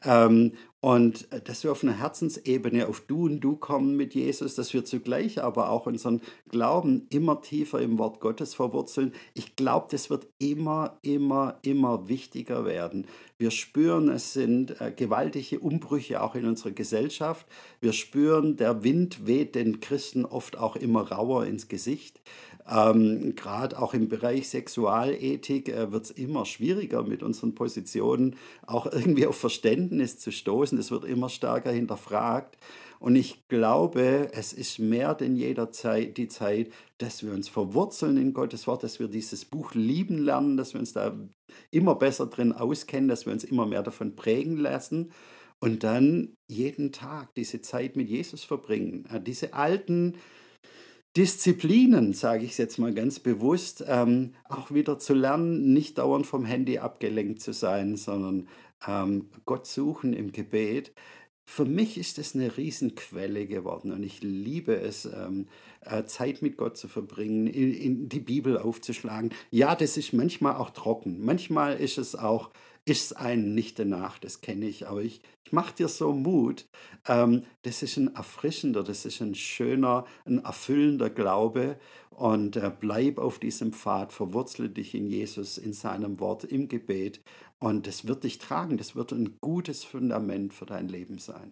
Und dass wir auf einer Herzensebene auf Du und Du kommen mit Jesus, dass wir zugleich aber auch unseren Glauben immer tiefer im Wort Gottes verwurzeln. Ich glaube, das wird immer wichtiger werden. Wir spüren, es sind gewaltige Umbrüche auch in unserer Gesellschaft. Wir spüren, der Wind weht den Christen oft auch immer rauer ins Gesicht. Gerade auch im Bereich Sexualethik wird es immer schwieriger, mit unseren Positionen auch irgendwie auf Verständnis zu stoßen. Es wird immer stärker hinterfragt. Und ich glaube, es ist mehr denn jeder Zeit die Zeit, dass wir uns verwurzeln in Gottes Wort, dass wir dieses Buch lieben lernen, dass wir uns da immer besser drin auskennen, dass wir uns immer mehr davon prägen lassen und dann jeden Tag diese Zeit mit Jesus verbringen. Diese alten Disziplinen, sage ich jetzt mal ganz bewusst, auch wieder zu lernen, nicht dauernd vom Handy abgelenkt zu sein, sondern Gott suchen im Gebet. Für mich ist es eine Riesenquelle geworden und ich liebe es, Zeit mit Gott zu verbringen, in die Bibel aufzuschlagen. Ja, das ist manchmal auch trocken. Manchmal ist es einem nicht danach, das kenne ich, aber ich mache dir so Mut. Das ist ein erfrischender, das ist ein schöner, ein erfüllender Glaube und bleib auf diesem Pfad, verwurzle dich in Jesus, in seinem Wort, im Gebet und das wird dich tragen, das wird ein gutes Fundament für dein Leben sein.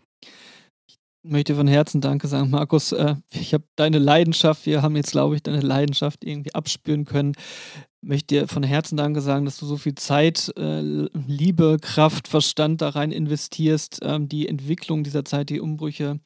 Ich möchte von Herzen Danke sagen, Markus. Ich habe deine Leidenschaft, wir haben jetzt, glaube ich, deine Leidenschaft irgendwie abspüren können. Ich möchte dir von Herzen Danke sagen, dass du so viel Zeit, Liebe, Kraft, Verstand da rein investierst, die Entwicklung dieser Zeit, die Umbrüche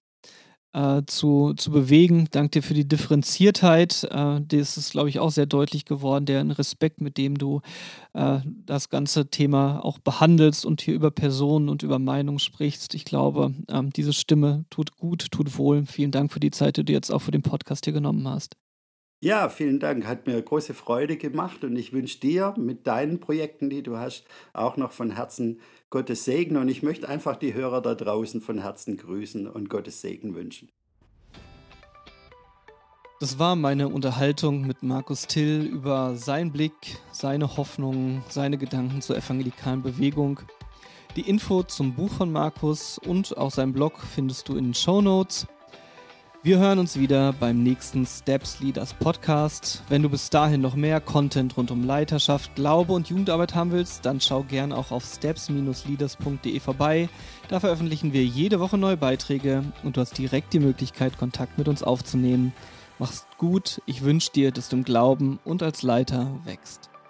zu bewegen. Danke dir für die Differenziertheit. Das ist, glaube ich, auch sehr deutlich geworden, der Respekt, mit dem du das ganze Thema auch behandelst und hier über Personen und über Meinungen sprichst. Ich glaube, diese Stimme tut gut, tut wohl. Vielen Dank für die Zeit, die du jetzt auch für den Podcast hier genommen hast. Ja, vielen Dank. Hat mir große Freude gemacht und ich wünsche dir mit deinen Projekten, die du hast, auch noch von Herzen Gottes Segen. Und ich möchte einfach die Hörer da draußen von Herzen grüßen und Gottes Segen wünschen. Das war meine Unterhaltung mit Markus Till über seinen Blick, seine Hoffnungen, seine Gedanken zur evangelikalen Bewegung. Die Info zum Buch von Markus und auch seinen Blog findest du in den Shownotes. Wir hören uns wieder beim nächsten Steps Leaders Podcast. Wenn du bis dahin noch mehr Content rund um Leiterschaft, Glaube und Jugendarbeit haben willst, dann schau gern auch auf steps-leaders.de vorbei. Da veröffentlichen wir jede Woche neue Beiträge und du hast direkt die Möglichkeit, Kontakt mit uns aufzunehmen. Mach's gut, ich wünsche dir, dass du im Glauben und als Leiter wächst.